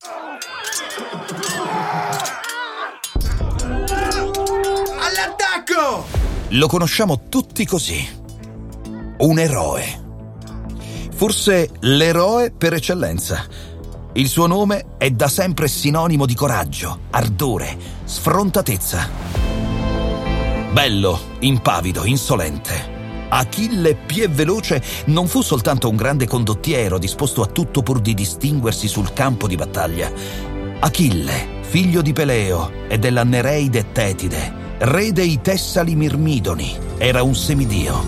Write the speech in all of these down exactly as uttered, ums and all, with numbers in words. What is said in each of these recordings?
All'attacco! Lo conosciamo tutti così. Un eroe. Forse l'eroe per eccellenza. Il suo nome è da sempre sinonimo di coraggio, ardore, sfrontatezza. Bello, impavido, insolente. Achille Piè Veloce non fu soltanto un grande condottiero disposto a tutto pur di distinguersi sul campo di battaglia. Achille, figlio di Peleo e della Nereide Tetide, re dei Tessali Mirmidoni, era un semidio.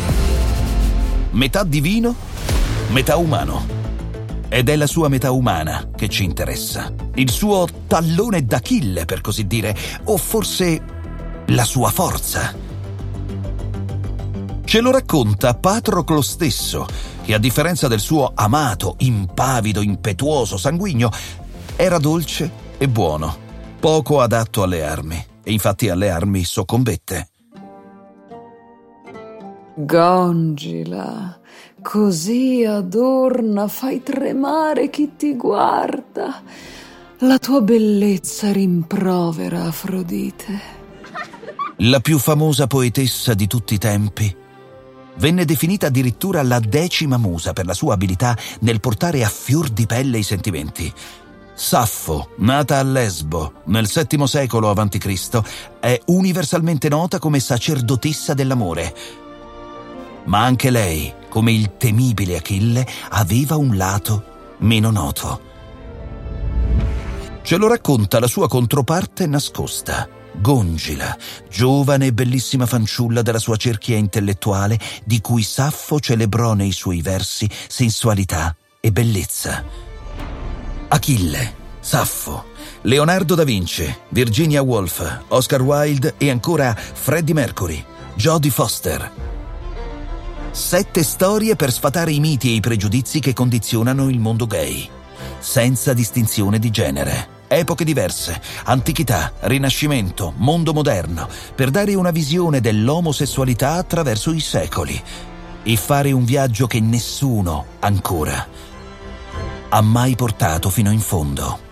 Metà divino, metà umano. Ed è la sua metà umana che ci interessa. Il suo tallone d'Achille, per così dire, o forse la sua forza. Ce lo racconta Patroclo stesso, che a differenza del suo amato, impavido, impetuoso, sanguigno, era dolce e buono, poco adatto alle armi, e infatti alle armi soccombette. Gongila, così adorna, fai tremare chi ti guarda. La tua bellezza rimprovera Afrodite. La più famosa poetessa di tutti i tempi venne definita addirittura la decima musa per la sua abilità nel portare a fior di pelle i sentimenti. Saffo, nata a Lesbo nel settimo secolo avanti Cristo, è universalmente nota come sacerdotessa dell'amore. Ma anche lei, come il temibile Achille, aveva un lato meno noto. Ce lo racconta la sua controparte nascosta, Gongila, giovane e bellissima fanciulla della sua cerchia intellettuale, di cui Saffo celebrò nei suoi versi sensualità e bellezza. Achille, Saffo, Leonardo da Vinci, Virginia Woolf, Oscar Wilde e ancora Freddie Mercury, Jodie Foster. Sette storie per sfatare i miti e i pregiudizi che condizionano il mondo gay, senza distinzione di genere. Epoche diverse, antichità, rinascimento, mondo moderno, per dare una visione dell'omosessualità attraverso i secoli e fare un viaggio che nessuno, ancora, ha mai portato fino in fondo.